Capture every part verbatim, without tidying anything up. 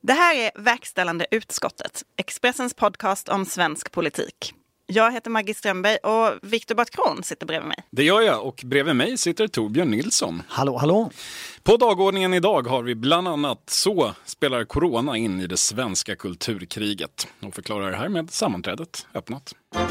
Det här är Verkställande utskottet, Expressens podcast om svensk politik. Jag heter Maggie Strömberg och Viktor Bartkron sitter bredvid mig. Det gör jag, och bredvid mig sitter Torbjörn Nilsson. Hallå, hallå. På dagordningen idag har vi bland annat Så spelar corona in i det svenska kulturkriget. Och förklarar det här med sammanträdet öppnat.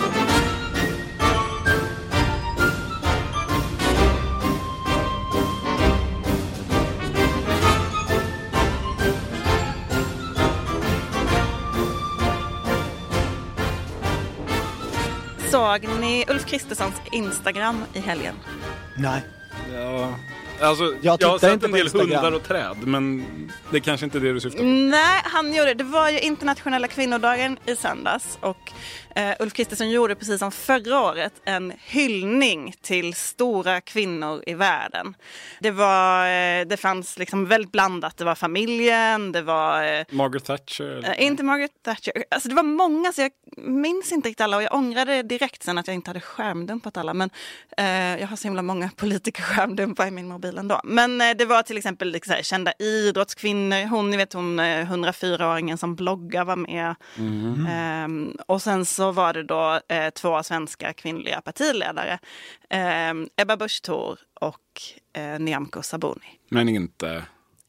Såg ni Ulf Kristerssons Instagram i helgen? Nej. Ja, alltså, jag, jag har sett inte en del Instagram. hundar och träd, men det är kanske inte det du syftar på. Nej, han gjorde det. var ju internationella kvinnodagen i söndags och eh, Ulf Kristersson gjorde precis som förra året en hyllning till stora kvinnor i världen. Det var, eh, det fanns liksom väldigt blandat. Det var familjen, det var... Eh, Margaret Thatcher? Eller? Eh, inte Margaret Thatcher. Alltså det var många, så jag minns inte riktigt alla och jag ångrade direkt sen att jag inte hade skärmdumpat alla. Men eh, jag har så himla många politiker skärmdumpar i min mobil ändå. Men eh, det var till exempel liksom, så här, kända idrottskvinnor. Hon, ni vet hon, eh, hundrafyraåringen som bloggar var med. Mm. Eh, och sen så var det då eh, två svenska kvinnliga partiledare. Eh, Ebba Busch Thor och eh, Nyamko Sabuni. Men inte...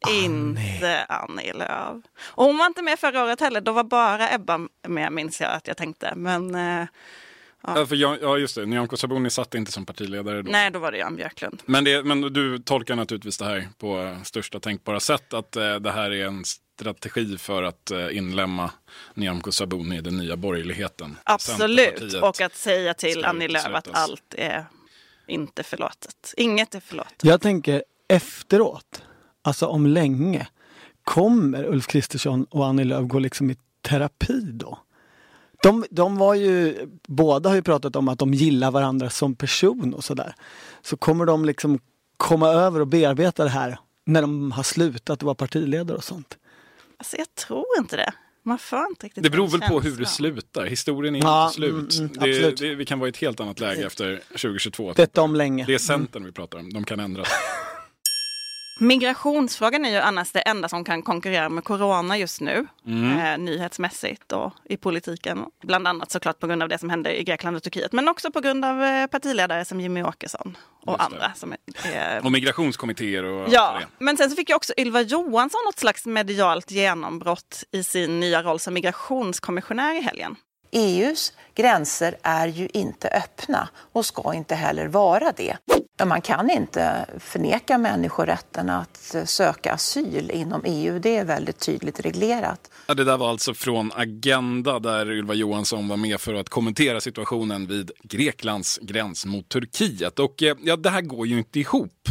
Inte Annie Lööf. Och hon var inte med förra året heller. Då var bara Ebba med, minns jag att jag tänkte. Men, eh, ja. Ja, för jag, ja, just det. Nyamko Sabuni satt inte som partiledare då. Nej, då var det Jan Björklund. Men, det, men du tolkar naturligtvis det här på största tänkbara sätt. Att eh, det här är en strategi för att eh, inlämma Nyamko Sabuni i den nya borgerligheten. Absolut. Och att säga till Annie Lööf att allt är inte förlåtet. Inget är förlåtet. Jag tänker efteråt. Alltså om länge, kommer Ulf Kristersson och Annie Lööf gå liksom i terapi då? De, de var ju, båda har ju pratat om att de gillar varandra som person och sådär. Så kommer de liksom komma över och bearbeta det här när de har slutat vara partiledare och sånt? Alltså jag tror inte det. Man får inte riktigt. Det beror väl på hur det slutar. Historien är ja, inte slut. Mm, det, det, vi kan vara i ett helt annat läge efter tjugohundratjugotvå. Detta om länge. Det är Centern mm. vi pratar om. De kan ändras. Migrationsfrågan är ju annars det enda som kan konkurrera med corona just nu. Mm. Eh, nyhetsmässigt och i politiken. Bland annat såklart på grund av det som händer i Grekland och Turkiet. Men också på grund av eh, partiledare som Jimmy Åkesson och andra. Som är, eh... Och migrationskommittéer och ja, allt det. Men sen så fick jag också Ylva Johansson något slags medialt genombrott i sin nya roll som migrationskommissionär i helgen. E U:s gränser är ju inte öppna och ska inte heller vara det. Man kan inte förneka människor rätten att söka asyl inom E U. Det är väldigt tydligt reglerat. Ja, det där var alltså från Agenda där Ylva Johansson var med för att kommentera situationen vid Greklands gräns mot Turkiet. Och ja, det här går ju inte ihop.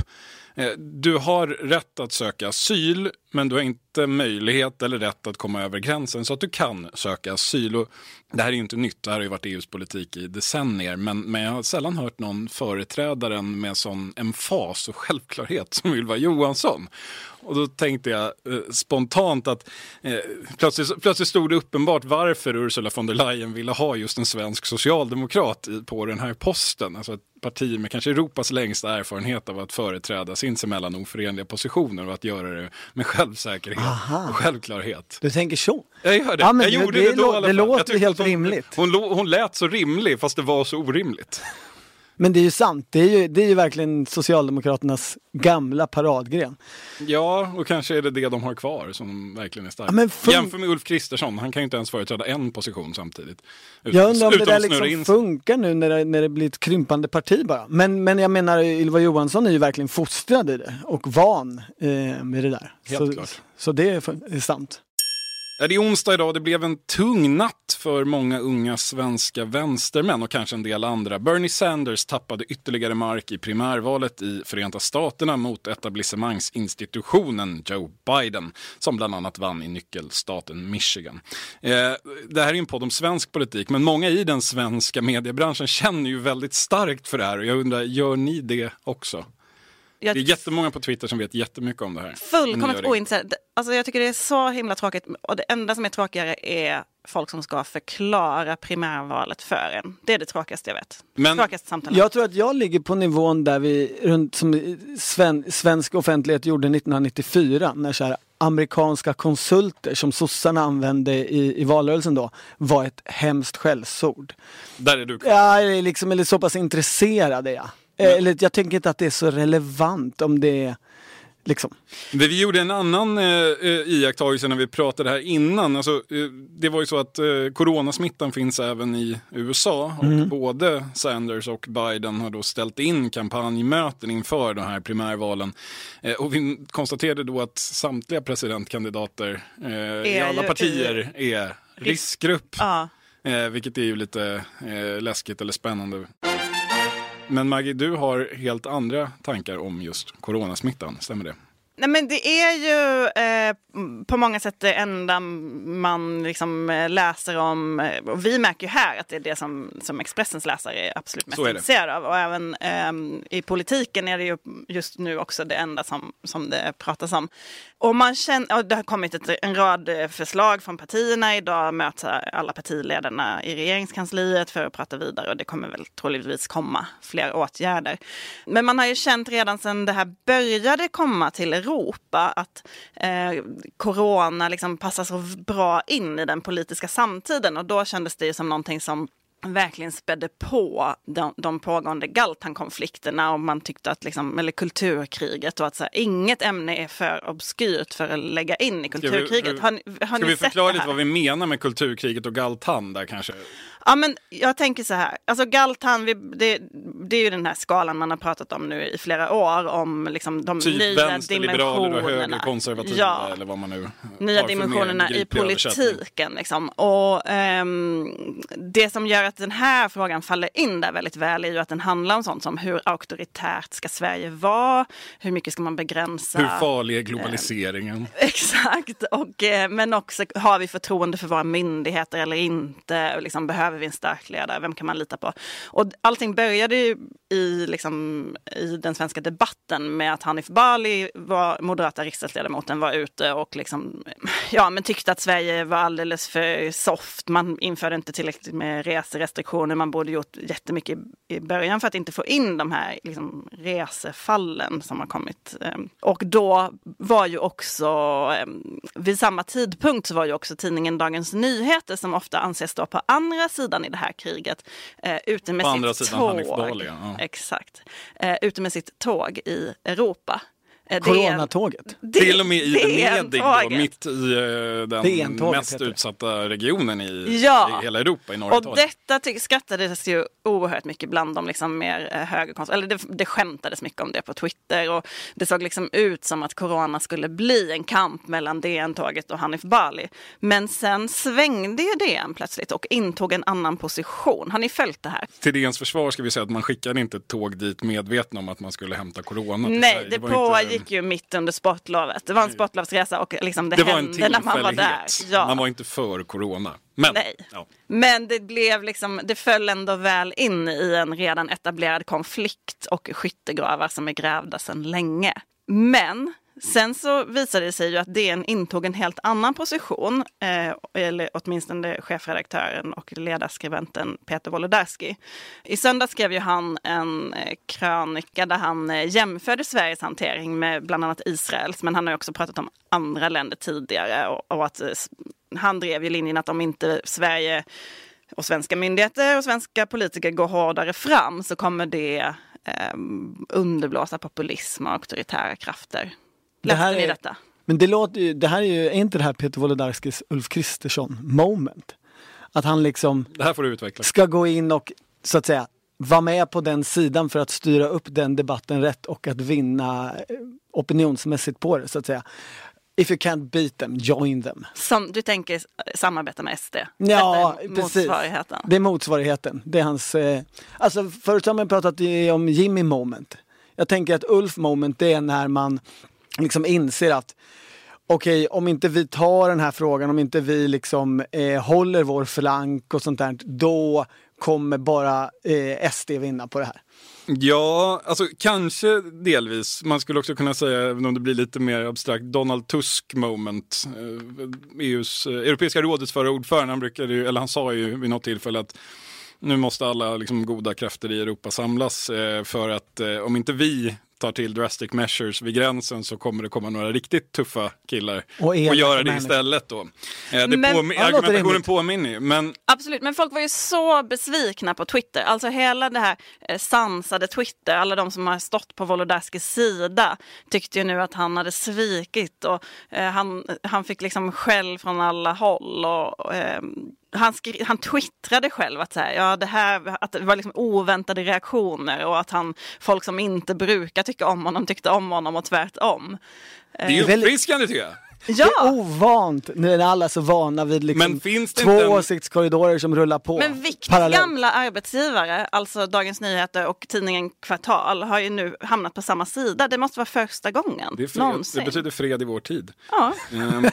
Du har rätt att söka asyl, men du har inte möjlighet eller rätt att komma över gränsen så att du kan söka asyl. Och det här är ju inte nytt, det här har ju varit E U:s politik i decennier, men, men jag har sällan hört någon företrädare med sån emfas och självklarhet som Ylva Johansson. Och då tänkte jag eh, spontant att eh, plötsligt, plötsligt stod det uppenbart varför Ursula von der Leyen ville ha just en svensk socialdemokrat i, på den här posten. Alltså ett parti med kanske Europas längsta erfarenhet av att företräda sinsemellan oförenliga positioner och att göra det med självsäkerhet Aha. och självklarhet. Du tänker så? Jag gör det. Ja, men jag det, gjorde det, det då. Det låter helt hon, rimligt. Hon, hon, hon lät så rimlig fast det var så orimligt. Men det är ju sant. Det är ju, det är ju verkligen Socialdemokraternas gamla paradgren. Ja, och kanske är det det de har kvar som de verkligen är starka. Ja, men fun- Jämför med Ulf Kristersson. Han kan ju inte ens företräda en position samtidigt. Utan, jag undrar om det där liksom in. funkar nu när det, när det blir ett krympande parti bara. Men, men jag menar, Ylva Johansson är ju verkligen fostrad i det. Och van eh, med det där. Helt så, klart. Så det är, är sant. Ja, det är onsdag idag. Det blev en tung natt för många unga svenska vänstermän och kanske en del andra. Bernie Sanders tappade ytterligare mark i primärvalet i Förenta Staterna mot etablissemangsinstitutionen Joe Biden, som bland annat vann i nyckelstaten Michigan. Eh, det här är en podd om svensk politik, men många i den svenska mediebranschen känner ju väldigt starkt för det här. Och jag undrar, gör ni det också? Jag... Det är jättemånga på Twitter som vet jättemycket om det här. Fullkomligt ointresserad. Alltså jag tycker det är så himla tråkigt. Och det enda som är tråkigare är folk som ska förklara primärvalet för en. Det är det tråkigaste jag vet. Men tråkigaste samtalet. Jag tror att jag ligger på nivån där vi runt som sven, svensk offentlighet gjorde nittonhundranittiofyra när så här, amerikanska konsulter som sossarna använde i, i valrörelsen då var ett hemskt skällsord. Där är du kvar. Ja, jag är liksom, eller så pass intresserad är jag. Mm. Eller jag tänker inte att det är så relevant om det är liksom. Vi gjorde en annan eh, iakttagelse när vi pratade här innan. Alltså, eh, det var ju så att eh, coronasmittan finns även i U S A och mm. både Sanders och Biden har då ställt in kampanjmöten inför de här primärvalen. Eh, och vi konstaterade då att samtliga presidentkandidater eh, i alla partier i... är riskgrupp. Ja. Eh, vilket är ju lite eh, läskigt eller spännande. Men Maggie, du har helt andra tankar om just coronasmittan, stämmer det? Nej, men det är ju eh, på många sätt det enda man liksom läser om. Och vi märker ju här att det är det som, som Expressens läsare är absolut mest intresserade av. Och även eh, i politiken är det ju just nu också det enda som, som det pratas om. Och, man känner, och det har kommit ett, en rad förslag från partierna. Idag möts alla partiledarna i regeringskansliet för att prata vidare. Och det kommer väl troligtvis komma fler åtgärder. Men man har ju känt redan sedan det här började komma till Europa att eh, corona liksom passar så bra in i den politiska samtiden. Och då kändes det ju som någonting som verkligen spädde på de, de pågående Galtan-konflikterna och man tyckte att liksom, eller kulturkriget och att så här, inget ämne är för obskyrt för att lägga in i kulturkriget. Ska vi, har ni, har ska ni vi sett förklara det lite här? vad vi menar med kulturkriget och Galtan där kanske? Ja, men jag tänker så här. Alltså Galtan, vi, det, det är ju den här skalan man har pratat om nu i flera år om liksom de typ nya vänster, dimensionerna. liberaler och högerkonservativa ja, eller vad man nu nya dimensionerna i politiken. Liksom. Och um, det som gör att den här frågan faller in där väldigt väl är ju att den handlar om sånt som hur auktoritärt ska Sverige vara? Hur mycket ska man begränsa? Hur farlig är globaliseringen? Um, exakt. Och, uh, men också, har vi förtroende för våra myndigheter eller inte? Liksom, behöver vi en stark ledare? Vem kan man lita på? Och allting började ju i, liksom, i den svenska debatten med att Hanif Bali, var moderata riksdagsledamoten, var ute och liksom, ja, men tyckte att Sverige var alldeles för soft. Man införde inte tillräckligt med reserestriktioner. Man borde gjort jättemycket i början för att inte få in de här liksom, resefallen som har kommit. Och då var ju också, vid samma tidpunkt så var ju också tidningen Dagens Nyheter, som ofta anses stå på andra sidan i det här kriget, eh, ute med på sitt andra sidan tåg. Hanif Bali, ja. Exakt. Eh, ute med sitt tåg i Europa. Eh, Coronatåget. Det, Till och med i Venedig då, mitt i uh, den mest utsatta regionen i, ja. i hela Europa, i norra Och Italien. detta ty- skattades ju oerhört mycket bland de liksom mer eh, högerkonservativa. Eller det, det skämtades mycket om det på Twitter. Och det såg liksom ut som att corona skulle bli en kamp mellan D N-tåget och Hanif Bali. Men sen svängde ju D N plötsligt och intog en annan position. Har ni följt det här? Till D N:s försvar ska vi säga att man skickade inte ett tåg dit medveten om att man skulle hämta corona. Nej, det, det pågick inte... ju mitt under sportlovet. Det var en sportlovsresa och liksom det, det hände när man var där. Ja. Man var inte för corona. Men, Nej. Ja. Men det blev liksom, det föll ändå väl in i en redan etablerad konflikt och skyttegravar som är grävda sedan länge. Men sen så visade det sig ju att D N intog en helt annan position, eh, eller åtminstone chefredaktören och ledarskribenten Peter Wolodarski. I söndag skrev ju han en eh, krönika där han eh, jämförde Sveriges hantering med bland annat Israels, men han har också pratat om andra länder tidigare och, och att eh, han drev ju linjen att om inte Sverige och svenska myndigheter och svenska politiker går hårdare fram så kommer det eh, underblåsa populism och auktoritära krafter. Det här Läste ni är, detta? men det låter ju, det här är ju, är inte det här Peter Wolodarskis Ulf Kristersson moment? Att han liksom det här får du utveckla. Ska gå in och så att säga vara med på den sidan för att styra upp den debatten rätt och att vinna opinionsmässigt på det så att säga. If you can't beat them, join them. Som du tänker samarbeta med S D? Ja, är precis. motsvarigheten. Det är motsvarigheten. Det är hans, eh, alltså förut har man pratat om Jimmy moment. Jag tänker att Ulf moment det är när man liksom inser att okej, okay, om inte vi tar den här frågan, om inte vi liksom eh, håller vår flank och sånt där, då kommer bara eh, S D vinna på det här. Ja, alltså kanske delvis. Man skulle också kunna säga, även om det blir lite mer abstrakt, Donald Tusk moment. E U:s, Europeiska rådets förra ordförande, han brukade ju, eller han sa ju vid något tillfälle att nu måste alla liksom goda krafter i Europa samlas eh, för att eh, om inte vi tar till drastic measures vid gränsen så kommer det komma några riktigt tuffa killar Och och, elaka göra det människor. istället då. Eh, det Men- påmin- Ja, det låter argumentationen rimligt. påminner ju, men Absolut, men folk var ju så besvikna på Twitter. Alltså hela det här eh, sansade Twitter, alla de som har stått på Wolodarskis sida tyckte ju nu att han hade svikit och eh, han, han fick liksom skäll från alla håll och eh, han, skri- han twittrade själv att, så här, ja, det, här, att det var liksom oväntade reaktioner och att han, folk som inte brukar tycka om honom tyckte om honom och tvärtom. det är ju Det är väldigt- uppfriskande tycker jag. Det är Ja, ovant när alla är så vana vid liksom Men finns det två inte en- åsiktskorridorer som rullar på. men Vicks parallellt. gamla arbetsgivare, alltså Dagens Nyheter och tidningen Kvartal, har ju nu hamnat på samma sida. Det måste vara första gången Det, är fred, någonsin. det betyder fred i vår tid. Ja. Ehm,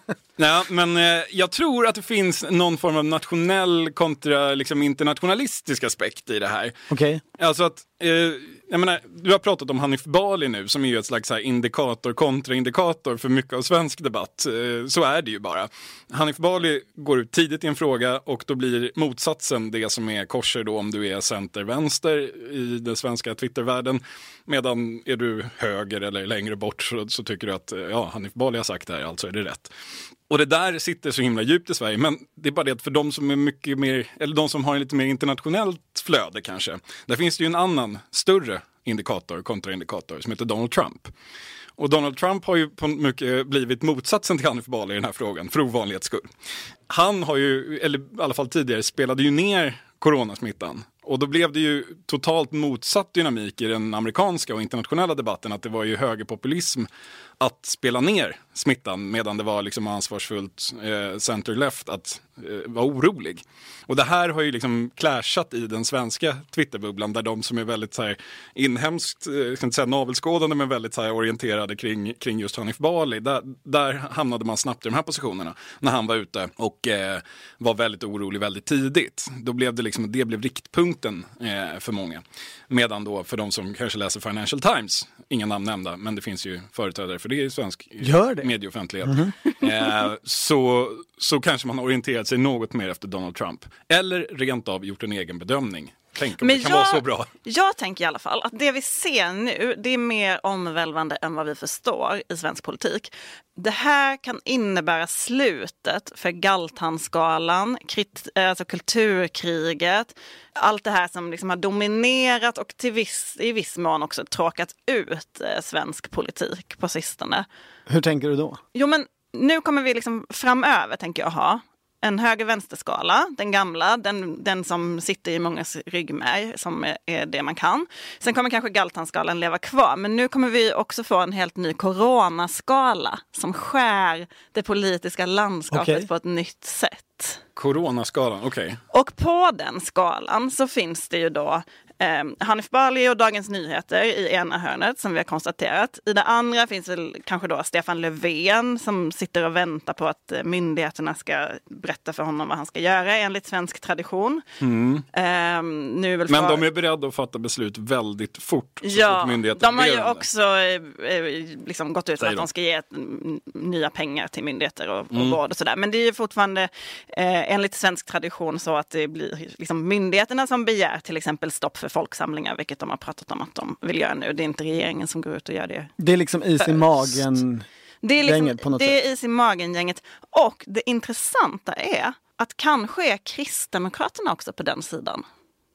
ja, men eh, jag tror att det finns någon form av nationell kontra liksom, internationalistisk aspekt i det här. Okej. Alltså att, eh, jag menar, du har pratat om Hanif Bali nu som är ju ett slags så här indikator, kontraindikator för mycket av svensk debatt. Eh, så är det ju bara. Hanif Bali går ut tidigt i en fråga och då blir motsatsen det som är korser då om du är center-vänster i den svenska Twittervärlden. Medan är du höger eller längre bort så, så tycker du att ja, Hanif Bali har sagt det här, alltså är det rätt. Och det där sitter så himla djupt i Sverige, men det är bara det att för de som är mycket mer, eller de som har en lite mer internationellt flöde kanske, där finns det ju en annan större indikator, kontraindikator som heter Donald Trump. Och Donald Trump har ju på mycket blivit motsatsen till Hanif Bali i den här frågan, för ovanlighets skull. Han har ju, eller i alla fall tidigare, spelade ju ner coronasmittan. Och då blev det ju totalt motsatt dynamik i den amerikanska och internationella debatten, att det var ju högerpopulism att spela ner smittan medan det var liksom ansvarsfullt eh, center-left att eh, vara orolig. Och det här har ju liksom clashat i den svenska Twitterbubblan där de som är väldigt så här, inhemskt, eh, jag ska inte säga navelskådande, men väldigt så här, orienterade kring, kring just Hanif Bali. Där, där hamnade man snabbt i de här positionerna när han var ute och eh, var väldigt orolig väldigt tidigt. Då blev det liksom, det blev riktpunkten eh, för många. Medan då för de som kanske läser Financial Times, inga namn nämnda, men det finns ju företrädare för det i svensk Gör det? medieoffentlighet. Mm-hmm. eh, så, så kanske man har orienterat sig något mer efter Donald Trump. Eller rent av gjort en egen bedömning. Tänk om Men det kan jag, vara så bra. Jag tänker i alla fall att det vi ser nu, det är mer omvälvande än vad vi förstår i svensk politik. Det här kan innebära slutet för Galtanskalan, krit, alltså kulturkriget, allt det här som liksom har dominerat och till viss, i viss mån också tråkat ut eh, svensk politik på sistone. Hur tänker du då? Jo, men nu kommer vi liksom framöver, tänker jag, ha en höger-vänsterskala, den gamla, den, den som sitter i mångas ryggmärg, som är, är det man kan. Sen kommer kanske Galtanskalan leva kvar, men nu kommer vi också få en helt ny coronaskala som skär det politiska landskapet Okej. på ett nytt sätt. Coronaskalan, okej. Okay. Och på den skalan så finns det ju då eh, Hanif Bali och Dagens Nyheter i ena hörnet som vi har konstaterat. I det andra finns väl kanske då Stefan Löfven som sitter och väntar på att eh, myndigheterna ska berätta för honom vad han ska göra enligt svensk tradition. Mm. Eh, nu är väl Men för... de är beredda att fatta beslut väldigt fort. Så Ja, fort myndigheten de har ju ber om det. också eh, liksom gått ut med Säger att de de. ska ge mm, nya pengar till myndigheter och, och Mm. vård och sådär. Men det är ju fortfarande eh, enligt svensk tradition så att det blir liksom myndigheterna som begär till exempel stopp för folksamlingar, vilket de har pratat om att de vill göra nu. Det är inte regeringen som går ut och gör det. Det är liksom is i Först. magen. Det är, liksom, Gänget på något det är is i magen-gänget. Och det intressanta är att kanske är Kristdemokraterna också på den sidan.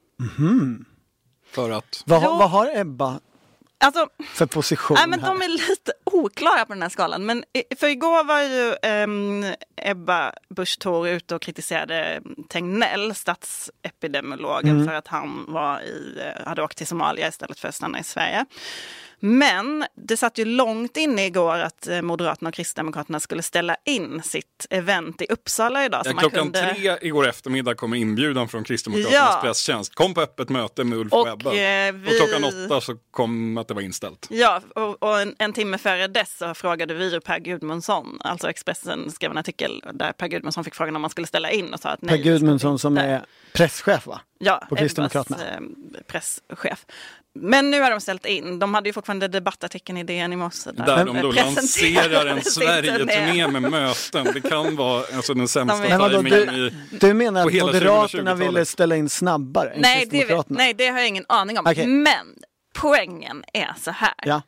För att... Vad, Jo. vad har Ebba Alltså... för position Nej, men här? de är lite oklara på den här skalan. Men i- för igår var ju um, Ebba Busch Thor ute och kritiserade Tegnell, statsepidemiologen, Mm. för att han var i, eh, hade åkt till Somalia istället för att stanna i Sverige. Men det satt ju långt inne igår att eh, Moderaterna och Kristdemokraterna skulle ställa in sitt event i Uppsala idag. Ja, så man klockan kunde... tre igår eftermiddag kom inbjudan från Kristdemokraternas Ja. presstjänst. Kom på öppet möte med Ulf Och, och Ebba. eh, vi- Och klockan åtta så kom att det var inställt. Ja, och, och en, en timme före dess så frågade vi ju Per Gudmundsson, alltså Expressen skrev en artikel där Per Gudmundsson fick frågan om man skulle ställa in och sa att nej. Per det ska vi Gudmundsson som inte. är presschef, va? ja, på Kristdemokraterna. Ebbas, eh, presschef. Men nu har de ställt in. De hade ju fortfarande debattartikeln i D N i morse. Där de då lanserar en sin Sverige-turné turné. med möten. Det kan vara alltså, den sämsta Men Men vadå, tajmingen du, i... du menar på att hela Moderaterna tjugohundratjugotalet. ville ställa in snabbare än Nej det, vet, Kristdemokraterna? nej, det har jag ingen aning om. Okej. Men Poängen är så här. Ja.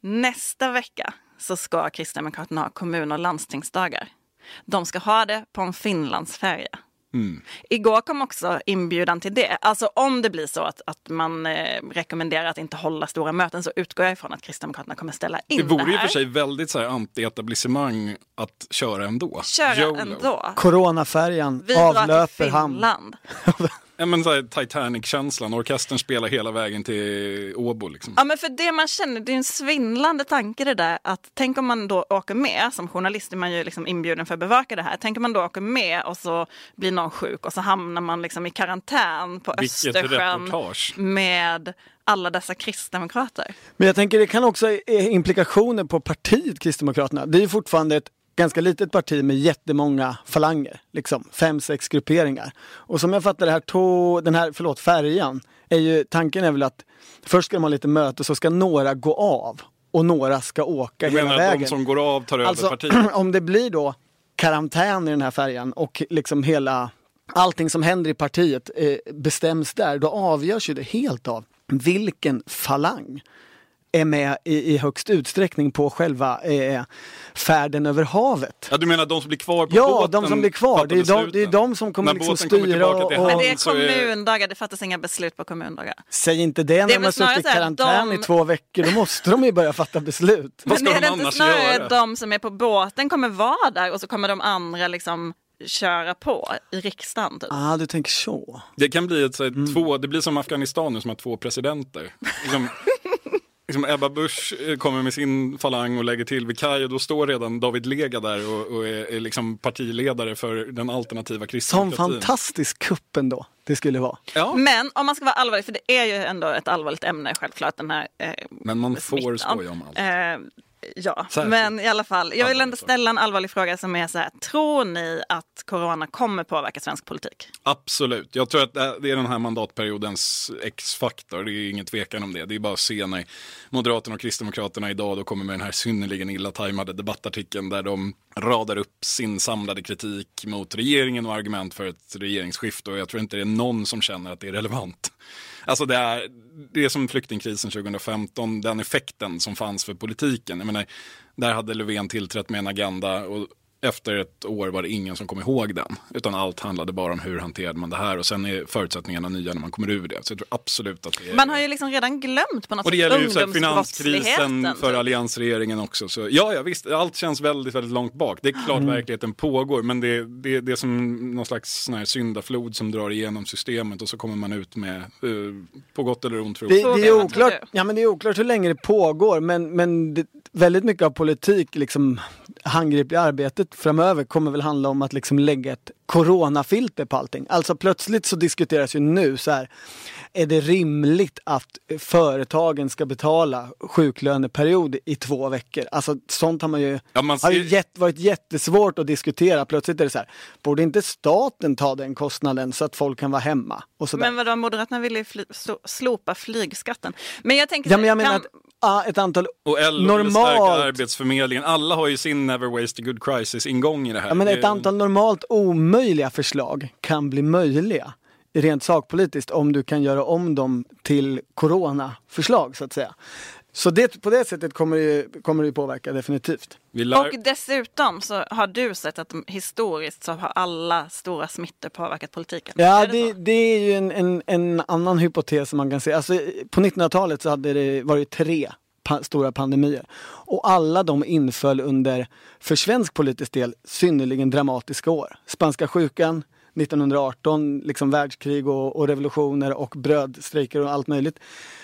Nästa vecka så ska Kristdemokraterna ha kommun- och landstingsdagar. De ska ha det på en Finlandsfärja. Mm. Igår kom också inbjudan till det. Alltså om det blir så att, att man eh, rekommenderar att inte hålla stora möten, så utgår jag ifrån att Kristdemokraterna kommer ställa in det här. Det vore ju för sig väldigt så här anti-etablissemang att köra ändå. Köra YOLO. ändå. Coronafärjan Vi drar avlöper till hamn. Finland. Ja, men så här Titanic-känslan. Orkestern spelar hela vägen till Åbo liksom. Ja, men för det man känner, det är en svindlande tanke det där. Att tänk om man då åker med, som journalist är man ju liksom inbjuden för att bevaka det här. Tänk om man då åker med och så blir någon sjuk och så hamnar man liksom i karantän på Vilket Östersjön reportage. med alla dessa kristdemokrater. Men jag tänker det kan också ha implikationer på partiet Kristdemokraterna. Det är ju fortfarande ett ganska litet parti med jättemånga falanger, liksom fem, sex grupperingar. Och som jag fattar det här, to, den här förlåt, färjan, är ju, tanken är väl att först ska de ha lite möte och så ska några gå av och några ska åka Jag hela menar vägen. att de som går av tar över Alltså, partiet. om det blir då karantän i den här färjan och liksom hela allting som händer i partiet eh, bestäms där, då avgörs ju det helt av vilken falang är med i, i högst utsträckning på själva eh, färden över havet. Ja, du menar de som blir kvar på Ja, båten? de som blir kvar. Det är de, det är de som kommer När liksom båten kommer styra tillbaka och... till och Men hamn. det är så är- kommundagar, det fattas inga beslut på kommundagar. säg inte det Det är när väl man har snarare suttit i så här, karantän de- i två veckor. Då måste de ju börja fatta beslut. Vad ska Men är de det inte annars snarare göra? de som är på båten kommer vara där och så kommer de andra liksom köra på i riksdagen typ? Ah, du tänker så. Det kan bli ett, så här, två, det blir som Afghanistan nu som har två presidenter. Liksom, liksom Ebba Busch eh, kommer med sin falang och lägger till vid kaj och då står redan David Lega där och, och är, är liksom partiledare för den alternativa Som kristdemokratin. fantastisk kupp ändå det skulle vara. Ja, Men om man ska vara allvarlig, för det är ju ändå ett allvarligt ämne självklart den här eh, men man får smittan. skoja om allt. Eh, ja, Särskilt. men i alla fall. Jag vill Allvarligt ändå ställa en allvarlig fråga som är så här. Tror ni att corona kommer påverka svensk politik? Absolut. Jag tror att det är den här mandatperiodens X-faktor. Det är ingen tvekan om det. Det är bara att se när Moderaterna och Kristdemokraterna idag då kommer med den här synnerligen illa tajmade debattartikeln där de radar upp sin samlade kritik mot regeringen och argument för ett regeringsskifte. Och jag tror inte det är någon som känner att det är relevant. Alltså det är, det är som flyktingkrisen tjugohundrafemton, den effekten som fanns för politiken. Jag menar, där hade Löfven tillträtt med en agenda och efter ett år var det ingen som kom ihåg den. Utan allt handlade bara om hur hanterade man det här. Och sen är förutsättningarna nya när man kommer ur det. Så jag tror absolut att det är... Man har ju liksom redan glömt på något Och det sätt gäller ju så här ungdomsbrottsligheten. finanskrisen för alliansregeringen också. Så ja, ja, visst, allt känns väldigt, väldigt långt bak. Det är klart Mm. verkligheten pågår. Men det, det, det är som någon slags sån här syndaflod som drar igenom systemet. Och så kommer man ut med, uh, på gott eller ont för Det, Frågan, det, är vad oklart, tror du? ja, men det är oklart hur länge det pågår, men, men det, väldigt mycket av politik, liksom handgripliga arbetet framöver kommer väl handla om att liksom lägga ett coronafilter på allting. Alltså plötsligt så diskuteras ju nu så här, är det rimligt att företagen ska betala sjuklöneperiod i två veckor? Alltså sånt har man ju, Ja, man har ju ser- jätt, varit jättesvårt att diskutera. Plötsligt är det så här, borde inte staten ta den kostnaden så att folk kan vara hemma? Och så där. Men vadå, Moderaterna vill ju fly, slo- slopa flygskatten. Men jag tänker Ja, så men jag här, menar kan- att ah, ett antal Och L O vill stärka normalt, Arbetsförmedlingen. Alla har ju sin Never Waste a Good Crisis-ingång i det här. ja, men ett Det- antal normalt omöjliga förslag kan bli möjliga rent sakpolitiskt om du kan göra om dem till coronaförslag så att säga. Så det, på det sättet kommer det ju, kommer det ju påverka definitivt. Vi lär... Och dessutom så har du sett att de, historiskt så har alla stora smittor påverkat politiken. Ja, Är det det, så? det är ju en, en, en annan hypotes som man kan se. Alltså, på nittonhundratalet så hade det varit tre pa- stora pandemier. Och alla de inföll under, för svensk politisk del, synnerligen dramatiska år. Spanska sjukan, nittonhundraarton, liksom världskrig och, och revolutioner och brödstrejker och allt möjligt.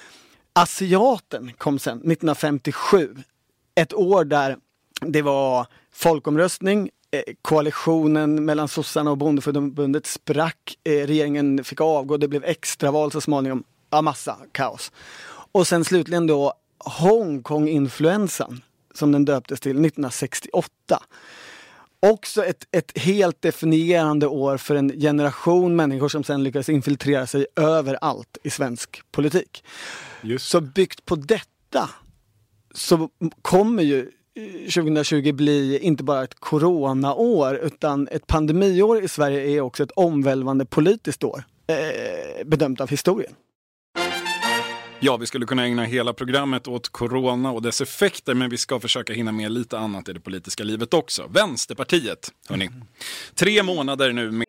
Asiaten kom sen, nittonhundrafemtiosju. Ett år där det var folkomröstning, eh, koalitionen mellan sossarna och bondeförbundet sprack, eh, regeringen fick avgå, det blev extraval så småningom, ja, massa kaos. Och sen slutligen då Hongkong-influensan, som den döptes till, nittonhundrasextioåtta. Också ett, ett helt definierande år för en generation människor som sen lyckades infiltrera sig överallt i svensk politik. Just. Så byggt på detta så kommer ju tjugohundratjugo bli inte bara ett coronaår utan ett pandemiår i Sverige är också ett omvälvande politiskt år, eh, bedömt av historien. Ja, vi skulle kunna ägna hela programmet åt corona och dess effekter, men vi ska försöka hinna med lite annat i det politiska livet också. Vänsterpartiet, hörni. Tre månader nu med...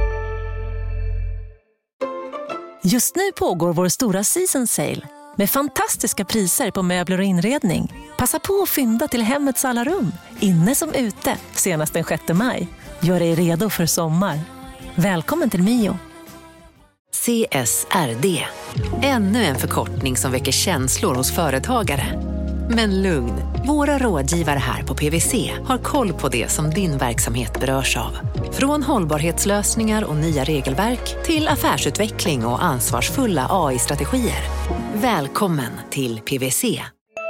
Just nu pågår vår stora season sale med fantastiska priser på möbler och inredning. Passa på att fynda till hemmets alla rum, inne som ute, senast den sjätte maj. Gör dig redo för sommar. Välkommen till Mio. C S R D. Ännu en förkortning som väcker känslor hos företagare. Men lugn, våra rådgivare här på P W C har koll på det som din verksamhet berörs av. Från hållbarhetslösningar och nya regelverk till affärsutveckling och ansvarsfulla A I-strategier. Välkommen till P W C.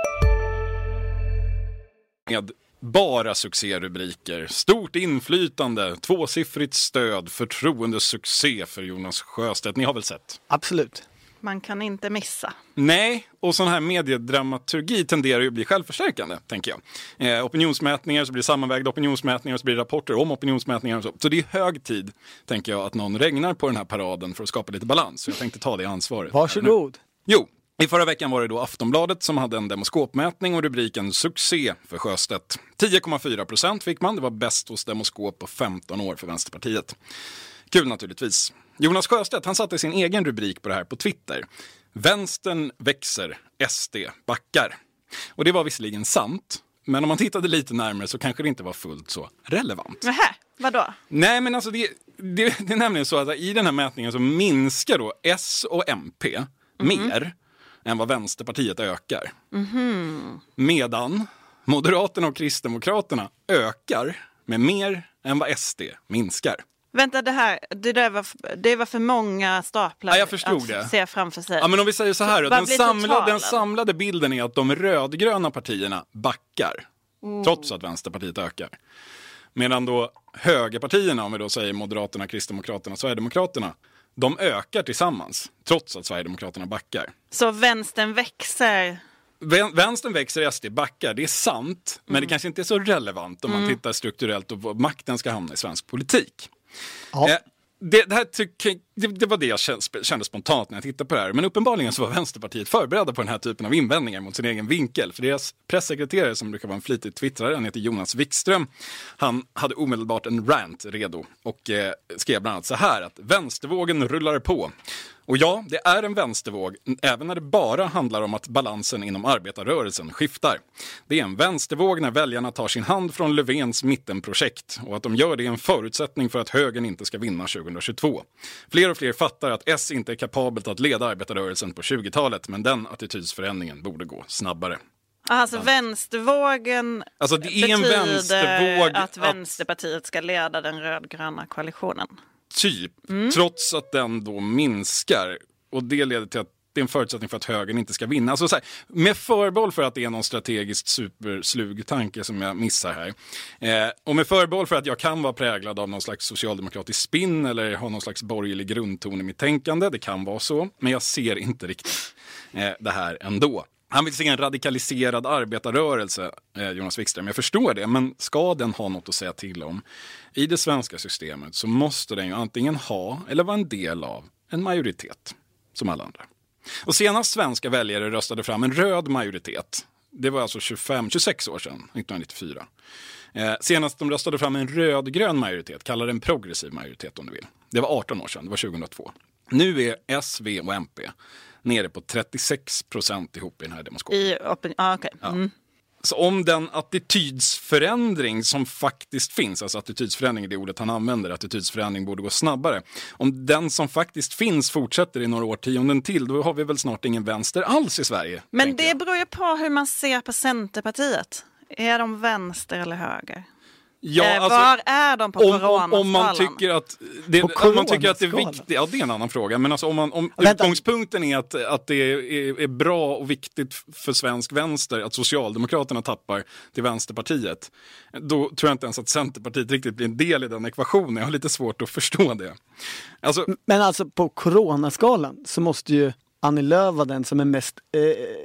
Med bara succérubriker, stort inflytande, tvåsiffrigt stöd, förtroendesuccé för Jonas Sjöstedt. Ni har väl sett? Absolut. Man kan inte missa. Nej, och sån här mediedramaturgi tenderar ju att bli självförstärkande, tänker jag. Eh, opinionsmätningar, så blir det sammanvägda opinionsmätningar, så blir det rapporter om opinionsmätningar och så. Så det är hög tid, tänker jag, att någon regnar på den här paraden för att skapa lite balans. Så jag tänkte ta det ansvaret. Varsågod. Jo. I förra veckan var det då Aftonbladet som hade en demoskopmätning och rubriken succé för Sjöstedt. tio komma fyra procent fick man, det var bäst hos demoskop på femton år för Vänsterpartiet. Kul naturligtvis. Jonas Sjöstedt, han satte sin egen rubrik på det här på Twitter. Vänstern växer, S D backar. Och det var visserligen sant, men om man tittade lite närmare så kanske det inte var fullt så relevant. Nähä, vadå? Nej, men alltså det, det, det är nämligen så att i den här mätningen så minskar då S och M P mm-hmm. mer än vad Vänsterpartiet ökar. Mm-hmm. Medan Moderaterna och Kristdemokraterna ökar med mer än vad S D minskar. Vänta, det här, det, där var, det var för många staplar ja, jag förstod att det. se framför sig. Ja, men om vi säger så här, så, den, samla, den samlade bilden är att de rödgröna partierna backar, mm. trots att Vänsterpartiet ökar. Medan då högerpartierna, om vi då säger Moderaterna, Kristdemokraterna och Sverigedemokraterna, de ökar tillsammans, trots att Sverigedemokraterna backar. Så vänstern växer... Vänstern växer, S D backar, det är sant, men mm. det kanske inte är så relevant om man mm. tittar strukturellt och var makten ska hamna i svensk politik. Ja. Eh, det, det, här tyck, det, det var det jag kände, kände spontant när jag tittade på det här. Men uppenbarligen så var Vänsterpartiet förberedda på den här typen av invändningar mot sin egen vinkel. För deras pressekreterare, som brukar vara en flitig twittrare, han heter Jonas Wikström. Han hade omedelbart en rant redo och eh, skrev bland annat så här att vänstervågen rullar på. Och ja, det är en vänstervåg, även när det bara handlar om att balansen inom arbetarrörelsen skiftar. Det är en vänstervåg när väljarna tar sin hand från Löfvens mittenprojekt och att de gör det är en förutsättning för att högern inte ska vinna tjugohundratjugotvå. Fler och fler fattar att S inte är kapabelt att leda arbetarrörelsen på tjugotalet, men den attitydsförändringen borde gå snabbare. Alltså ja. Vänstervågen alltså, det är en vänstervåg att Vänsterpartiet ska leda den rödgröna koalitionen. Typ, mm. trots att den då minskar. Och det leder till att det är en förutsättning för att högern inte ska vinna. Alltså så här, med förbehåll för att det är någon strategiskt superslug tanke som jag missar här. Eh, och med förbehåll för att jag kan vara präglad av någon slags socialdemokratisk spin eller ha någon slags borgerlig grundton i mitt tänkande. Det kan vara så, men jag ser inte riktigt eh, det här ändå. Han vill se en radikaliserad arbetarrörelse, eh, Jonas Wikström. Jag förstår det, men ska den ha något att säga till om i det svenska systemet så måste den ju antingen ha eller vara en del av en majoritet, som alla andra. Och senast svenska väljare röstade fram en röd majoritet, det var alltså tjugofem, tjugosex år sedan, nittonhundranittiofyra. Eh, senast de röstade fram en rödgrön majoritet, kallar en progressiv majoritet om du vill. Det var arton år sedan, det var tjugohundratvå. Nu är S, V och M P nere på trettiosex procent ihop i den här demoskopen. I open... ah, okay. mm. ja. Så om den attitydsförändring som faktiskt finns, alltså attitydsförändring är det ordet han använder, attitydsförändring borde gå snabbare. Om den som faktiskt finns fortsätter i några årtionden till, då har vi väl snart ingen vänster alls i Sverige. Men det jag. beror ju på hur man ser på Centerpartiet. Är de vänster eller höger? Ja, eh, alltså, var är de på om, coronaskalan? Om man tycker att det, om man tycker att det är viktigt, ja det är en annan fråga. Men alltså om, man, om utgångspunkten är att, att det är, är bra och viktigt för svensk vänster att Socialdemokraterna tappar till Vänsterpartiet, då tror jag inte ens att Centerpartiet riktigt blir en del i den ekvationen. Jag har lite svårt att förstå det. Alltså, men alltså på coronaskalan så måste ju Annie Lööf vara den som är mest eh,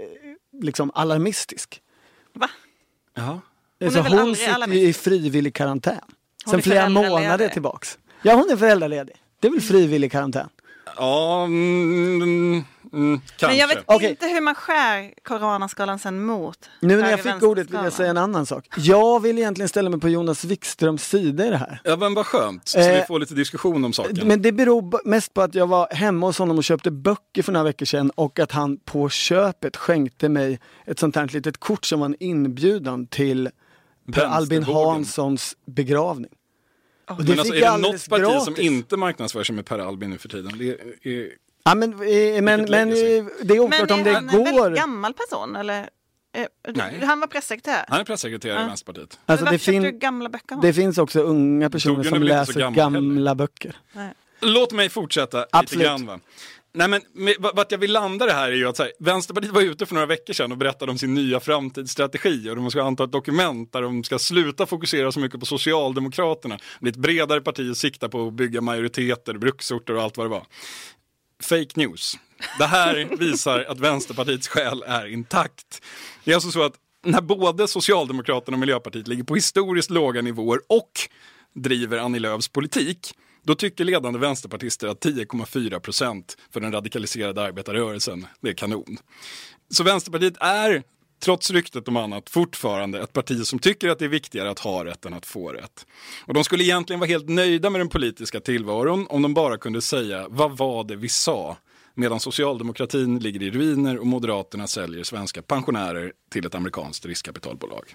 liksom alarmistisk. Va? Jaha. Hon, så hon sitter i frivillig karantän. Sen flera månader tillbaks. Ja, hon är föräldraledig. Det är väl frivillig karantän. Ja, mm, mm, kanske. Men jag vet Okej. inte hur man skär coronaskalan sen mot. Nu när jag höger- fick ordet vill jag vänsterskalan. säga en annan sak. Jag vill egentligen ställa mig på Jonas Wikströms sida i det här. Ja, men vad skönt. Så Eh, vi får lite diskussion om saken. Men det beror b- mest på att jag var hemma hos honom och köpte böcker för några veckor sedan och att han på köpet skänkte mig ett sånt här litet kort som var en inbjudan till Per Albin Vänstervågen. Hanssons begravning. Och Men alltså, fick är jag det något alldeles parti gratis. som inte marknadsför sig med Per Albin nu för tiden? Det är, Ja, men, eh, men, Vilket men legacy. eh, det är oklart Men om är det han en går. väldigt gammal person eller? Eh, Nej. Han var pressekreterare. han är pressekreterare Ja. i Vänsterpartiet. Alltså, Varför det, köpte du fin- gamla böcker? det finns också unga personer Torbjörn är som väl inte så läser gammal gamla böcker. Nej. Låt mig fortsätta Absolut. lite grann, va? Nej, men med, vart jag vill landa det här är ju att så här, Vänsterpartiet var ute för några veckor sedan och berättade om sin nya framtidsstrategi och de ska anta ett dokument där de ska sluta fokusera så mycket på Socialdemokraterna, bli ett bredare parti och sikta på att bygga majoriteter, bruksorter och allt vad det var. Fake news. Det här visar att Vänsterpartiets själ är intakt. Det är alltså så att när både Socialdemokraterna och Miljöpartiet ligger på historiskt låga nivåer och driver Annie Lööfs politik, då tycker ledande vänsterpartister att tio komma fyra procent för den radikaliserade arbetarrörelsen, det är kanon. Så Vänsterpartiet är, trots ryktet om annat, fortfarande ett parti som tycker att det är viktigare att ha rätt än att få rätt. Och de skulle egentligen vara helt nöjda med den politiska tillvaron om de bara kunde säga vad var det vi sa, medan socialdemokratin ligger i ruiner och Moderaterna säljer svenska pensionärer till ett amerikanskt riskkapitalbolag.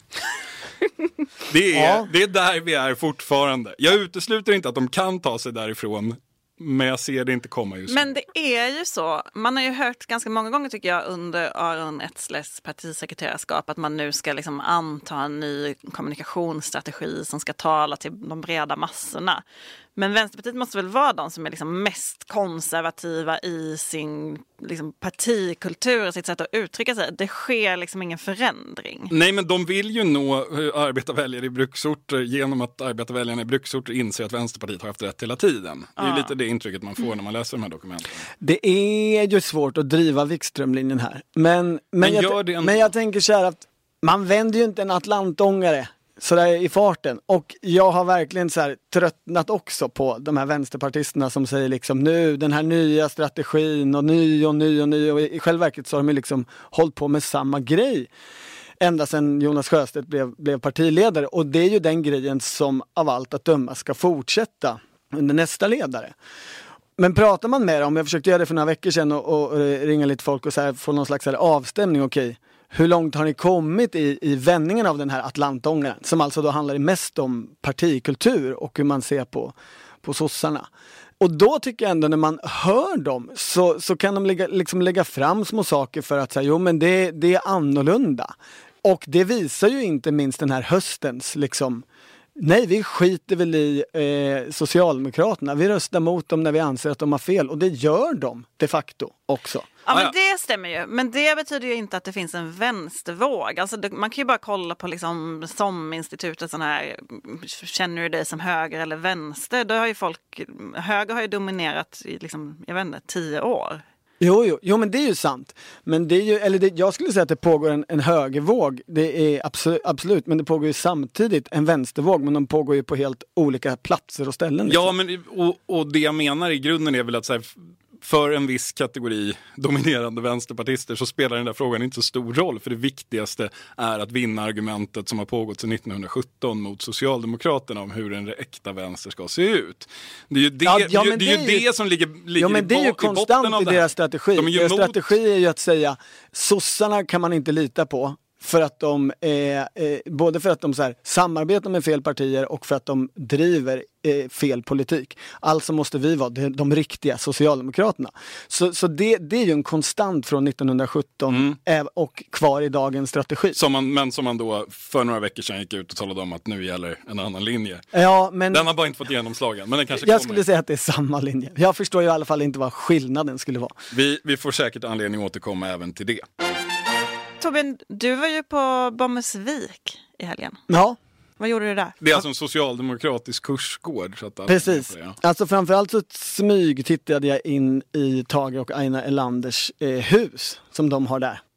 Det är, Ja. det är där vi är fortfarande. Jag utesluter inte att de kan ta sig därifrån, men jag ser det inte komma just nu. Men det är ju så, man har ju hört ganska många gånger tycker jag under Aron Etzles partisekreterarskap att man nu ska liksom anta en ny kommunikationsstrategi som ska tala till de breda massorna. Men Vänsterpartiet måste väl vara de som är liksom mest konservativa i sin liksom partikultur och sitt sätt att uttrycka sig. Det sker liksom ingen förändring. Nej, men de vill ju nå eh, arbetarväljare i bruksorter genom att arbetarväljarna i bruksorter inser att Vänsterpartiet har haft rätt hela tiden. Det är ju Ja. lite det intrycket man får när man läser de här dokumenten. Det är ju svårt att driva Wikströmlinjen här. Men, men, Men jag, gör det ändå. men jag tänker så här att man vänder ju inte en atlantångare sådär i farten. Och jag har verkligen så här tröttnat också på de här vänsterpartisterna som säger liksom nu den här nya strategin och ny och ny och ny. Och i själva verket så har de ju liksom hållit på med samma grej ända sedan Jonas Sjöstedt blev, blev partiledare. Och det är ju den grejen som av allt att döma ska fortsätta under nästa ledare. Men pratar man med dem, jag försökte göra det för några veckor sedan och, och ringa lite folk och så här, få någon slags så här avstämning, okej. Hur långt har ni kommit i, i vändningen av den här atlantångaren som alltså då handlar mest om partikultur och hur man ser på, på sossarna. Och då tycker jag ändå när man hör dem så, så kan de lägga, liksom lägga fram små saker för att säga jo men det, det är annorlunda. Och det visar ju inte minst den här höstens liksom. Nej, vi skiter väl i eh, Socialdemokraterna. Vi röstar mot dem när vi anser att de har fel. Och det gör de de facto också. Ja, Ah, ja. men det stämmer ju. Men det betyder ju inte att det finns en vänstervåg. Alltså, det, man kan ju bara kolla på liksom, som institutet sån här, känner du dig som höger eller vänster? Då har ju folk, höger har ju dominerat i liksom, jag vet inte, tio år. Jo, jo, jo, men det är ju sant. Men det är ju, eller det, jag skulle säga att det pågår en, en högervåg. Det är absolut, absolut, men det pågår ju samtidigt en vänstervåg. Men de pågår ju på helt olika platser och ställen. Liksom. Ja, men och, och det jag menar i grunden är väl att så här, för en viss kategori dominerande vänsterpartister så spelar den där frågan inte så stor roll. För det viktigaste är att vinna argumentet som har pågått sedan nittonhundrasjutton mot Socialdemokraterna om hur en äkta vänster ska se ut. Det är ju det, Ja, ja, det, men det, är ju det är ju- det som ligger, ligger Ja, men det är ju i, bo, i botten konstant av i det här. deras strategi. De är ju Deras emot- strategi är ju att säga sossarna kan man inte lita på. För att de är, eh, både för att de så här, samarbetar med fel partier och för att de driver eh, fel politik. Alltså måste vi vara de, de riktiga Socialdemokraterna. Så, så det, det är ju en konstant från nittonhundrasjutton Mm. eh, och kvar i dagens strategi. Som man, men som man då för några veckor sedan gick ut och talade om att nu gäller en annan linje. Ja, men Den har bara inte fått genomslag än, men den kanske jag kommer. skulle säga att det är samma linje. Jag förstår ju i alla fall inte vad skillnaden skulle vara. Vi, vi får säkert anledning att återkomma även till det. Torbjörn, du var ju på Bommersvik i helgen. Ja, Vad gjorde du där? Det är alltså en socialdemokratisk kursgård. Så att alla precis. är med på det, ja. Alltså framförallt så smyg tittade jag in i Tage och Aina Erlanders eh, hus som de har där.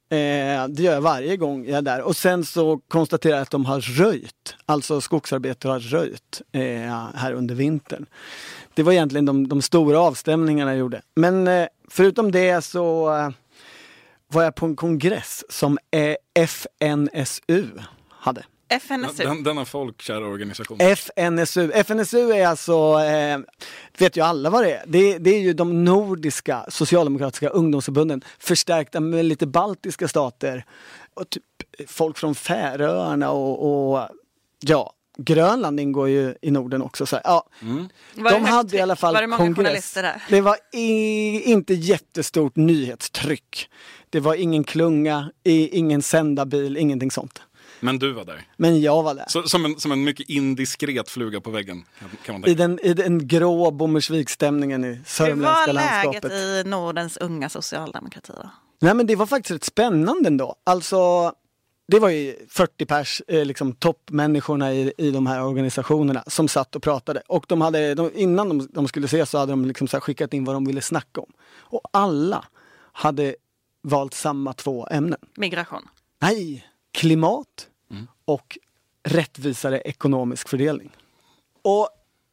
Eh, det gör jag varje gång jag är där. Och sen så konstaterar jag att de har röjt. Alltså skogsarbetare har röjt eh, här under vintern. Det var egentligen de, de stora avstämningarna jag gjorde. Men eh, förutom det så eh, var jag på en kongress som eh, F N S U hade. F N S U. Den, denna folkkära organisation. F N S U. F N S U är alltså, eh, vet ju alla vad det är. Det, det är ju de nordiska socialdemokratiska ungdomsförbunden förstärkta med lite baltiska stater och typ folk från Färöarna och, och ja, Grönland ingår ju i Norden också. Så, ja. Mm. De hade i alla fall var det många kongress. journalister där? Det var i, inte jättestort nyhetstryck. Det var ingen klunga, i, ingen sändarbil, ingenting sånt. Men du var där. Men jag var där. Så, som, en, som en mycket indiskret fluga på väggen. Kan man I, den, I den grå Bommersvikstämningen i sörmländska landskapet. Hur var läget i Nordens unga socialdemokrati då? Nej, men det var faktiskt rätt spännande ändå. Alltså, det var ju fyrtio pers, eh, liksom toppmänniskorna i, i de här organisationerna som satt och pratade. Och de hade, de, innan de, de skulle ses så hade de liksom så här skickat in vad de ville snacka om. Och alla hade valt samma två ämnen. Migration? Nej, klimat mm. och rättvisare ekonomisk fördelning. Och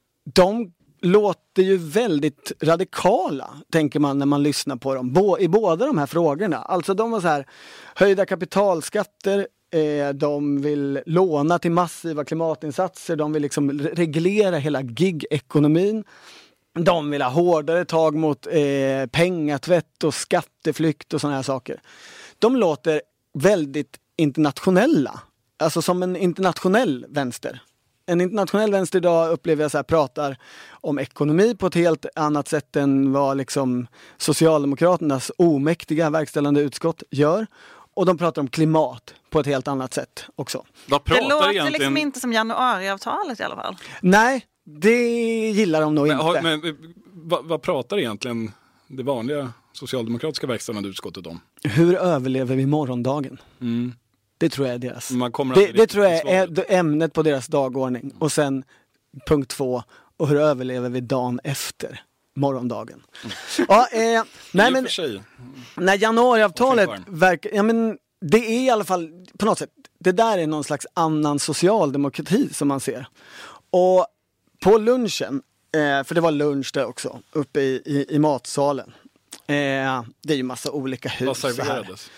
de låter ju väldigt radikala, tänker man när man lyssnar på dem. Bo- I båda de här frågorna. Alltså de var så här, höjda kapitalskatter, eh, de vill låna till massiva klimatinsatser, de vill liksom reglera hela gig-ekonomin. De vill ha hårdare tag mot eh, pengatvätt och skatteflykt och såna här saker. De låter väldigt internationella. Alltså som en internationell vänster. En internationell vänster idag upplever jag så här, pratar om ekonomi på ett helt annat sätt än vad liksom Socialdemokraternas omäktiga verkställande utskott gör. Och de pratar om klimat på ett helt annat sätt också. Vad pratar det låter egentligen... liksom inte som januariavtalet i alla fall. Nej, det gillar de nog men, inte. Men, vad, vad pratar egentligen det vanliga socialdemokratiska verkställande utskottet om? Hur överlever vi morgondagen? Mm. Det tror jag är deras. Man kommer det, det tror jag svaret. är ämnet på deras dagordning. Och sen punkt två. Och hur överlever vi dagen efter morgondagen? Mm. Ja, eh, nej men när januariavtalet verkar, ja men det är i alla fall på något sätt, det där är någon slags annan socialdemokrati som man ser. Och på lunchen, eh, för det var lunch där också, uppe i, i, i matsalen. Eh, det är ju massa olika hus. Vad serverades?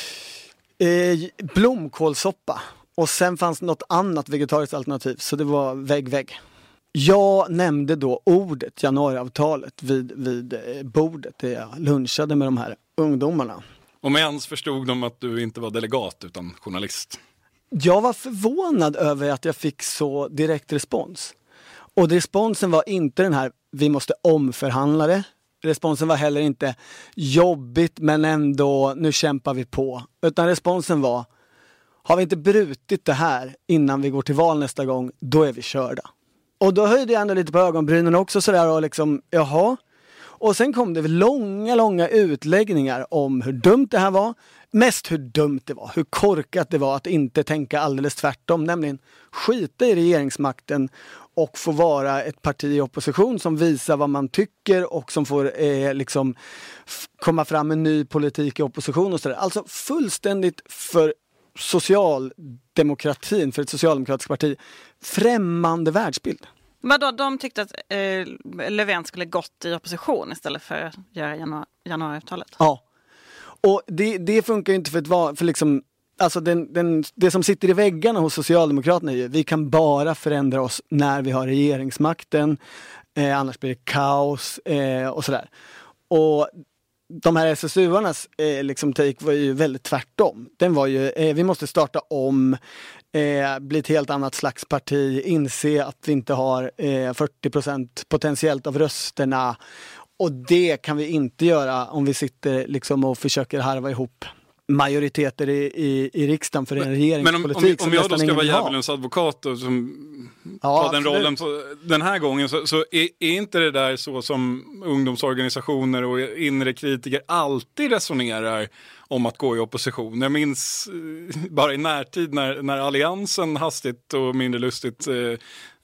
Eh, blomkålsoppa. Och sen fanns något annat vegetariskt alternativ. Så det var vägg-vägg. Jag nämnde då ordet januariavtalet vid, vid bordet där jag lunchade med de här ungdomarna. Och med ens förstod de att du inte var delegat utan journalist. Jag var förvånad över att jag fick så direkt respons. Och responsen var inte den här, vi måste omförhandla det. Responsen var heller inte jobbigt men ändå, nu kämpar vi på. Utan responsen var, har vi inte brutit det här innan vi går till val nästa gång, då är vi körda. Och då höjde jag ändå lite på ögonbrynen också sådär och liksom, jaha. Och sen kom det långa, långa utläggningar om hur dumt det här var. Mest hur dumt det var, hur korkat det var att inte tänka alldeles tvärtom. Nämligen skita i regeringsmakten och få vara ett parti i opposition som visar vad man tycker och som får eh, liksom f- komma fram med ny politik i opposition och sådär. Alltså fullständigt för socialdemokratin, för ett socialdemokratiskt parti, främmande världsbild. Vadå, de tyckte att eh, Löfven skulle gått i opposition istället för att göra janu- januariavtalet? Ja. Och det, det funkar ju inte för, ett, för liksom, alltså den, den, det som sitter i väggarna hos Socialdemokraterna är ju, vi kan bara förändra oss när vi har regeringsmakten, eh, annars blir det kaos eh, och sådär. Och de här S S U-arnas eh, liksom take var ju väldigt tvärtom. Den var ju, eh, vi måste starta om, eh, bli ett helt annat slags parti, inse att vi inte har eh, fyrtio procent potentiellt av rösterna. Och det kan vi inte göra om vi sitter liksom och försöker harva ihop majoriteter i, i, i riksdagen för en regeringspolitik. Men om, om, om jag då ska vara djävulens advokat och som ja, tar den rollen på, den här gången så, så är, är inte det där så som ungdomsorganisationer och inre kritiker alltid resonerar om att gå i opposition. Jag minns bara i närtid när, när alliansen hastigt och mindre lustigt eh,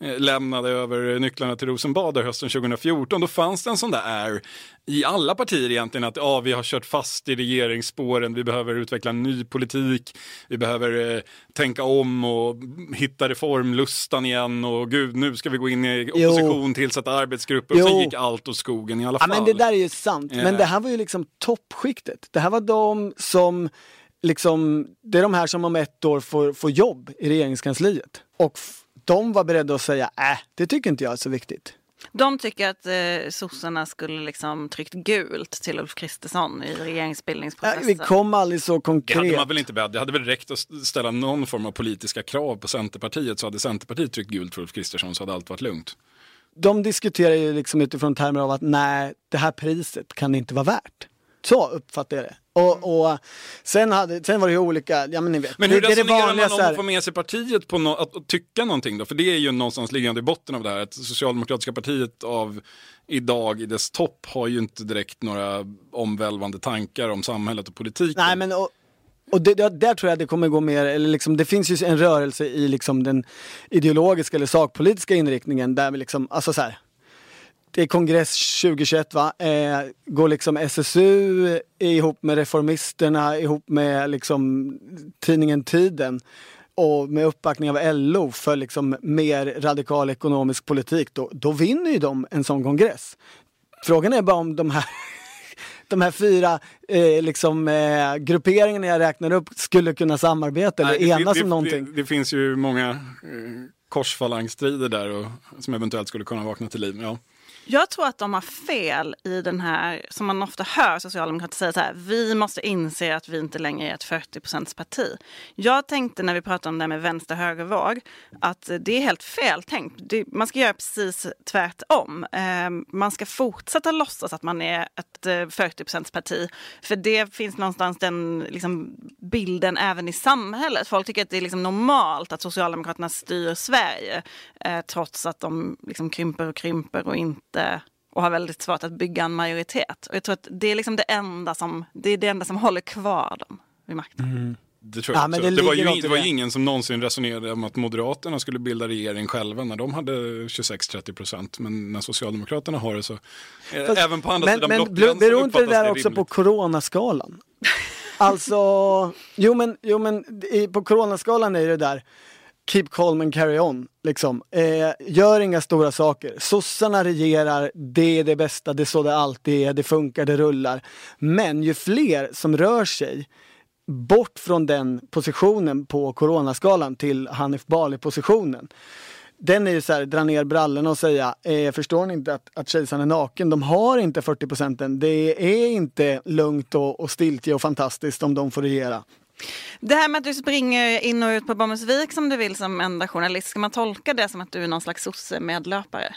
eh, lämnade över nycklarna till Rosenbad hösten tjugo fjorton, då fanns det en sån där är i alla partier egentligen att ja, vi har kört fast i regeringsspåren, vi behöver utveckla en ny politik, vi behöver eh, tänka om och hitta reformlustan igen och gud, nu ska vi gå in i opposition, jo. tillsätta arbetsgrupper och jo. sen gick allt åt skogen i alla fall. Ja, men det där är ju sant, eh. men det här var ju liksom toppskiktet. Det här var de som liksom, det är de här som om ett år får, får jobb i regeringskansliet. Och f- de var beredda att säga, äh, det tycker inte jag är så viktigt. De tycker att eh, sossarna skulle liksom tryckt gult till Ulf Kristersson i regeringsbildningsprocessen. Äh, vi kom aldrig så konkret. Det hade man väl inte behövt. Det hade väl räckt att ställa någon form av politiska krav på Centerpartiet, så hade Centerpartiet tryckt gult för Ulf Kristersson så hade allt varit lugnt. De diskuterar ju liksom utifrån termer av att nej, det här priset kan det inte vara värt. Så uppfattar jag det. Och, och sen, hade, sen var det ju olika, ja men ni vet. Men hur det, det resonerar vanliga, man om att få med sig partiet på no- att, att tycka någonting då? För det är ju någonstans liggande i botten av det här. Att Socialdemokratiska partiet av idag i dess topp har ju inte direkt några omvälvande tankar om samhället och politiken. Nej men och, och det, där, där tror jag det kommer gå mer, eller liksom, det finns ju en rörelse i liksom den ideologiska eller sakpolitiska inriktningen där vi liksom, alltså så här. Det är kongress tjugo tjugoett va, eh, går liksom S S U ihop med Reformisterna, ihop med liksom tidningen Tiden och med uppbackning av L O för liksom mer radikal ekonomisk politik, då, då vinner ju de en sån kongress. Frågan är bara om de här de här fyra eh, liksom, eh, grupperingarna jag räknar upp skulle kunna samarbeta eller Nej, det, enas det, om någonting. Det, det finns ju många eh, korsfalangsstrider där och, som eventuellt skulle kunna vakna till liv, ja. Jag tror att de har fel i den här, som man ofta hör socialdemokrater säga så här, vi måste inse att vi inte längre är ett fyrtio procent parti. Jag tänkte när vi pratade om det här med vänster-högervåg att det är helt fel tänkt. Det, man ska göra precis tvärtom. Eh, man ska fortsätta låtsas att man är ett eh, fyrtio procent parti. För det finns någonstans den liksom, bilden även i samhället. Folk tycker att det är liksom normalt att Socialdemokraterna styr Sverige eh, trots att de liksom krymper och krymper och inte och har väldigt svårt att bygga en majoritet. Och jag tror att det är liksom det enda som det är det enda som håller kvar dem vid makten. Mm. Det tror jag ja, men det, det, det var ju det. det var ju ingen som någonsin resonerade om att Moderaterna skulle bilda regering själva när de hade tjugosex till trettio procent. Men när Socialdemokraterna har det så Fast, även på andra men, sidan men blockgränsen beror inte det där det också rimligt. på coronaskalan? Alltså, jo men, jo, men i, på coronaskalan är det där keep calm and carry on. Liksom. Eh, gör inga stora saker. Sossarna regerar, det är det bästa, det är så det alltid är, det funkar, det rullar. Men ju fler som rör sig bort från den positionen på coronaskalan till Hanif Bali-positionen. Den är ju så här, dra ner brallorna och säga, eh, förstår ni inte att, att kejsaren är naken? De har inte fyrtio procenten. Det är inte lugnt och, och stiltje och fantastiskt om de får regera. Det här med att du springer in och ut på Bommersvik som du vill som enda journalist, ska man tolka det som att du är någon slags sosse-medlöpare?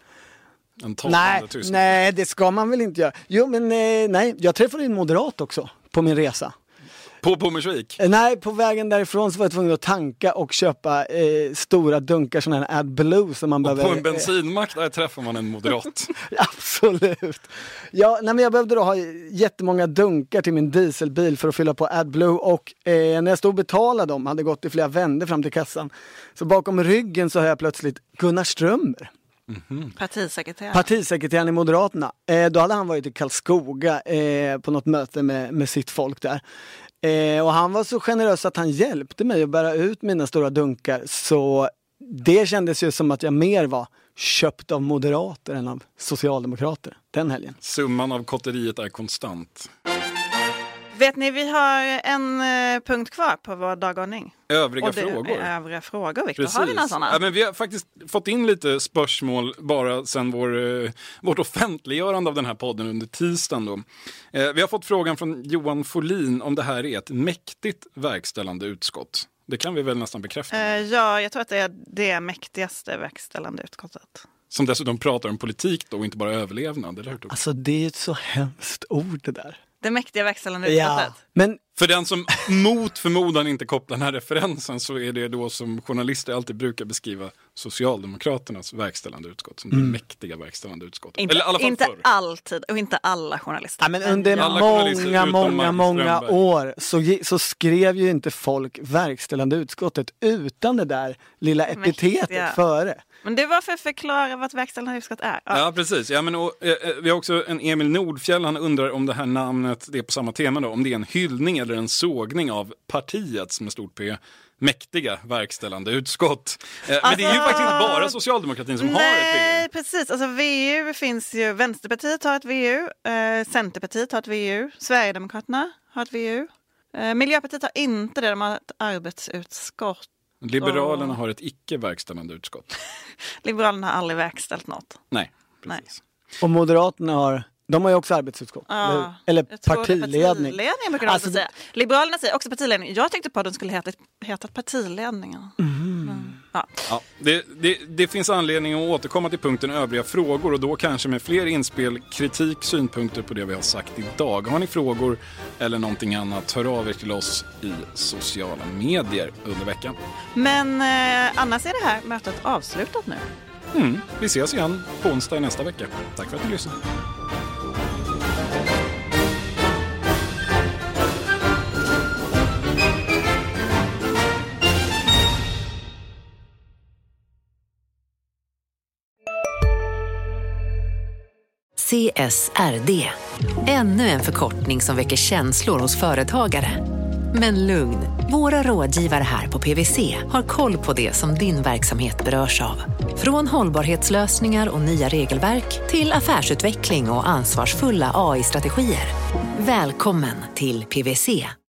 Nej, nej, det ska man väl inte göra. Jo, men eh, nej, jag träffade en moderat också på min resa. På Bommersvik? Eh, nej, på vägen därifrån så var jag tvungen att tanka och köpa eh, stora dunkar sådana här AdBlue som man och behöver. på en bensinmack där träffar man en moderat. Absolut. Ja, nej, men jag behövde då ha jättemånga dunkar till min dieselbil för att fylla på AdBlue och eh, när jag stod och betalade dem, hade gått i flera vändor fram till kassan, så bakom ryggen så har jag plötsligt Gunnar Strömmer. Mm-hmm. Partisekreterare. Partisekreteraren i Moderaterna. Eh, då hade han varit i Karlskoga eh, på något möte med, med sitt folk där. Eh, och han var så generös att han hjälpte mig att bära ut mina stora dunkar. Så det kändes ju som att jag mer var köpt av moderater än av socialdemokrater den helgen. Summan av kotteriet är konstant. Vet ni, vi har en eh, punkt kvar på vår dagordning. Övriga och det frågor. Är övriga frågor, Victor. Precis. Har vi några sådana? Ja, men vi har faktiskt fått in lite spörsmål bara sedan vår, eh, vårt offentliggörande av den här podden under tisdagen. Då. Eh, vi har fått frågan från Johan Folin om det här är ett mäktigt verkställande utskott. Det kan vi väl nästan bekräfta. Eh, ja, jag tror att det är det mäktigaste verkställande utskottet. Som dessutom pratar om politik då och inte bara överlevnad, eller hur? Alltså det är ett så hemskt ord det där. Det mäktiga växlande utskottet. Ja, men för den som mot förmodan inte kopplar den här referensen så är det då som journalister alltid brukar beskriva Socialdemokraternas verkställande utskott som Mm. det mäktiga verkställande utskottet. Inte, Eller i alla fall inte förr. alltid och inte alla journalister. Ja, men under Alla journalister många, utom många, Marcus många Strömberg. år så, ge- så skrev ju inte folk verkställande utskottet utan det där lilla epitetet Mäktiga. före. Men det var för att förklara vad ett verkställande utskott är. Ja, ja precis. Ja, men, och, eh, vi har också en Emil Nordfjäll, han undrar om det här namnet, det är på samma tema då, om det är en hyllning eller en sågning av partiets med stort P mäktiga verkställande utskott. Eh, alltså, men det är ju faktiskt inte bara socialdemokratin som nej, har ett V U. Nej, precis. Alltså V U finns ju, Vänsterpartiet har ett V U, eh, Centerpartiet har ett V U, Sverigedemokraterna har ett V U. Eh, Miljöpartiet har inte det, de har ett arbetsutskott. Liberalerna har ett icke-verkställande utskott. Liberalerna har aldrig verkställt något. Nej, precis. Nej. Och Moderaterna har, de har ju också arbetsutskott. Ja, eller eller partiledning. Partiledning brukar alltså, säga. Liberalerna säger också partiledning. Jag tyckte på att de skulle heta, heta partiledningen. Mm. Mm. Ja. Ja, det, det, det finns anledning att återkomma till punkten övriga frågor och då kanske med fler inspel, kritik, synpunkter på det vi har sagt idag. Har ni frågor eller någonting annat, hör av er till oss i sociala medier under veckan. Men eh, annars är det här mötet avslutat nu. Mm, vi ses igen på onsdag nästa vecka. Tack för att ni lyssnade. C S R D. Ännu en förkortning som väcker känslor hos företagare. Men lugn, våra rådgivare här på P V C har koll på det som din verksamhet berörs av. Från hållbarhetslösningar och nya regelverk till affärsutveckling och ansvarsfulla A I-strategier. Välkommen till P V C.